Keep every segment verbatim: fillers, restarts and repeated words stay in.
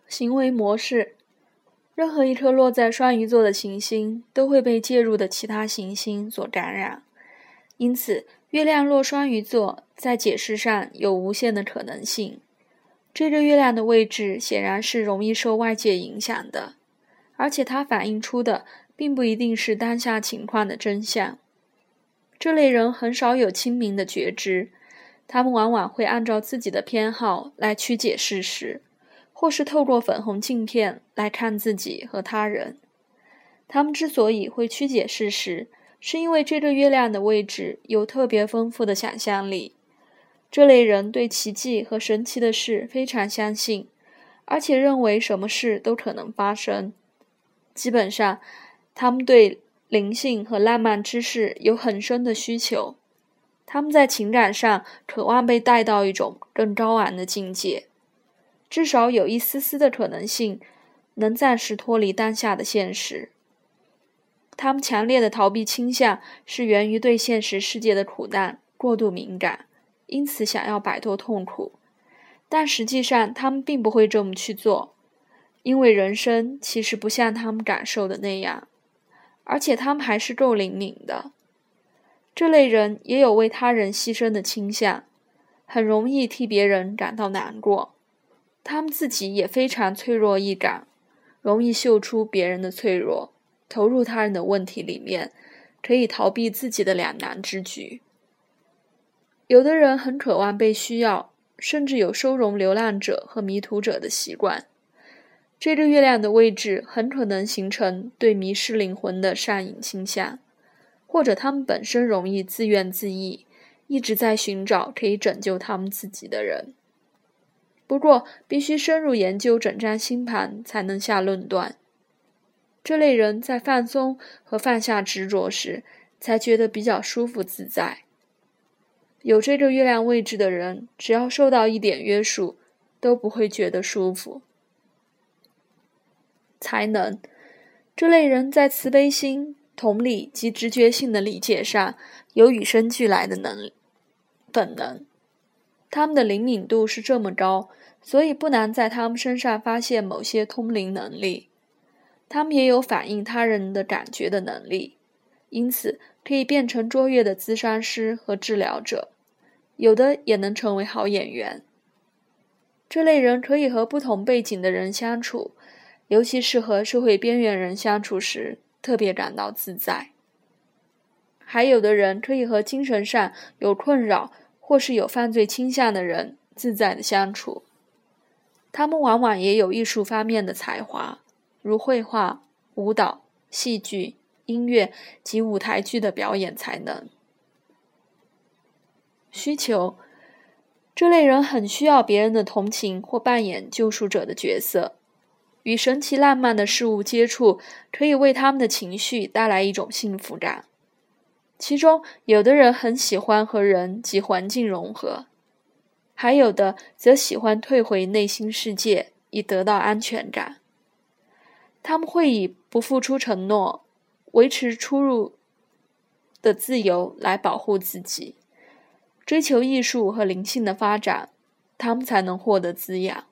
行为模式。任何一颗落在双鱼座的行星都会被介入的其他行星所感染，因此月亮落双鱼座在解释上有无限的可能性。这个月亮的位置显然是容易受外界影响的，而且它反映出的并不一定是当下情况的真相。这类人很少有清明的觉知，他们往往会按照自己的偏好来曲解事实，或是透过粉红镜片来看自己和他人。他们之所以会曲解事实，是因为这个月亮的位置有特别丰富的想象力。这类人对奇迹和神奇的事非常相信，而且认为什么事都可能发生。基本上，他们对灵性和浪漫之事有很深的需求，他们在情感上渴望被带到一种更高昂的境界，至少有一丝丝的可能性能暂时脱离当下的现实。他们强烈的逃避倾向是源于对现实世界的苦难过度敏感，因此想要摆脱痛苦。但实际上他们并不会这么去做，因为人生其实不像他们感受的那样，而且他们还是够灵敏的。这类人也有为他人牺牲的倾向，很容易替别人感到难过。他们自己也非常脆弱易感，容易嗅出别人的脆弱，投入他人的问题里面，可以逃避自己的两难之举。有的人很渴望被需要，甚至有收容流浪者和迷途者的习惯。这个月亮的位置很可能形成对迷失灵魂的上瘾倾向，或者他们本身容易自怨自艾，一直在寻找可以拯救他们自己的人。不过必须深入研究整张星盘才能下论断。这类人在放松和放下执着时才觉得比较舒服自在。有这个月亮位置的人，只要受到一点约束，都不会觉得舒服。才能。这类人在慈悲心、同理及直觉性的理解上有与生俱来的能力本能。他们的灵敏度是这么高，所以不难在他们身上发现某些通灵能力。他们也有反映他人的感觉的能力，因此可以变成卓越的咨商师和治疗者，有的也能成为好演员。这类人可以和不同背景的人相处，尤其是和社会边缘人相处时，特别感到自在。还有的人可以和精神上有困扰或是有犯罪倾向的人自在地相处。他们往往也有艺术方面的才华，如绘画、舞蹈、戏剧、音乐及舞台剧的表演才能。需求。这类人很需要别人的同情或扮演救赎者的角色。与神奇浪漫的事物接触，可以为他们的情绪带来一种幸福感。其中有的人很喜欢和人及环境融合，还有的则喜欢退回内心世界，以得到安全感。他们会以不付出承诺、维持出入的自由来保护自己，追求艺术和灵性的发展，他们才能获得滋养。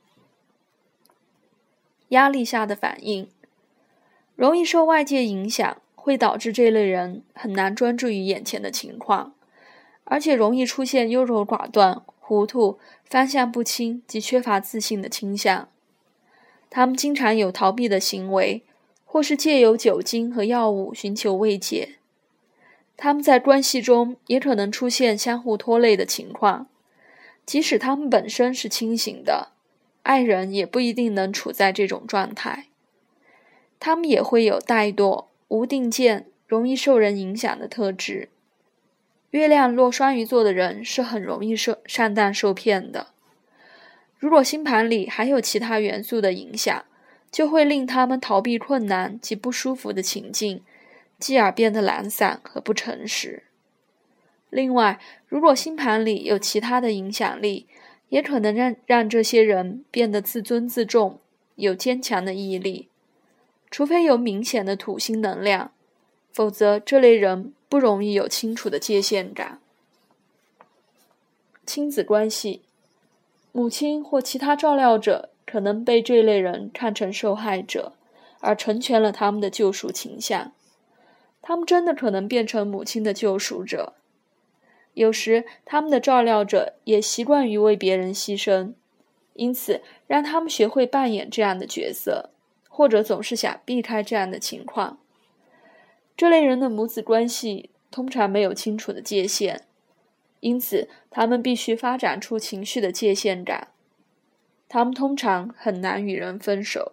压力下的反应。容易受外界影响，会导致这类人很难专注于眼前的情况，而且容易出现优柔寡断、糊涂、方向不清及缺乏自信的倾向。他们经常有逃避的行为，或是借由酒精和药物寻求慰藉。他们在关系中也可能出现相互拖累的情况，即使他们本身是清醒的，爱人也不一定能处在这种状态。他们也会有怠惰、无定见、容易受人影响的特质。月亮落双鱼座的人是很容易受上当受骗的。如果星盘里还有其他元素的影响，就会令他们逃避困难及不舒服的情境，继而变得懒散和不诚实。另外，如果星盘里有其他的影响力，也可能让让这些人变得自尊自重，有坚强的毅力。除非有明显的土星能量，否则这类人不容易有清楚的界限感。亲子关系。母亲或其他照料者可能被这类人看成受害者，而成全了他们的救赎倾向。他们真的可能变成母亲的救赎者。有时他们的照料者也习惯于为别人牺牲，因此让他们学会扮演这样的角色，或者总是想避开这样的情况。这类人的母子关系通常没有清楚的界限，因此他们必须发展出情绪的界限感。他们通常很难与人分手。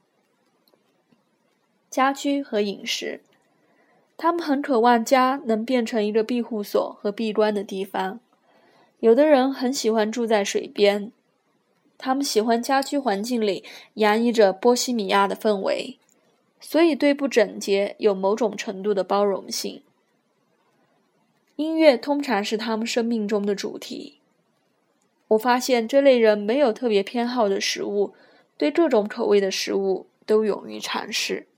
家居和饮食，他们很渴望家能变成一个庇护所和闭关的地方。有的人很喜欢住在水边，他们喜欢家居环境里洋溢着波西米亚的氛围，所以对不整洁有某种程度的包容性。音乐通常是他们生命中的主题。我发现这类人没有特别偏好的食物，对各种口味的食物都勇于尝试。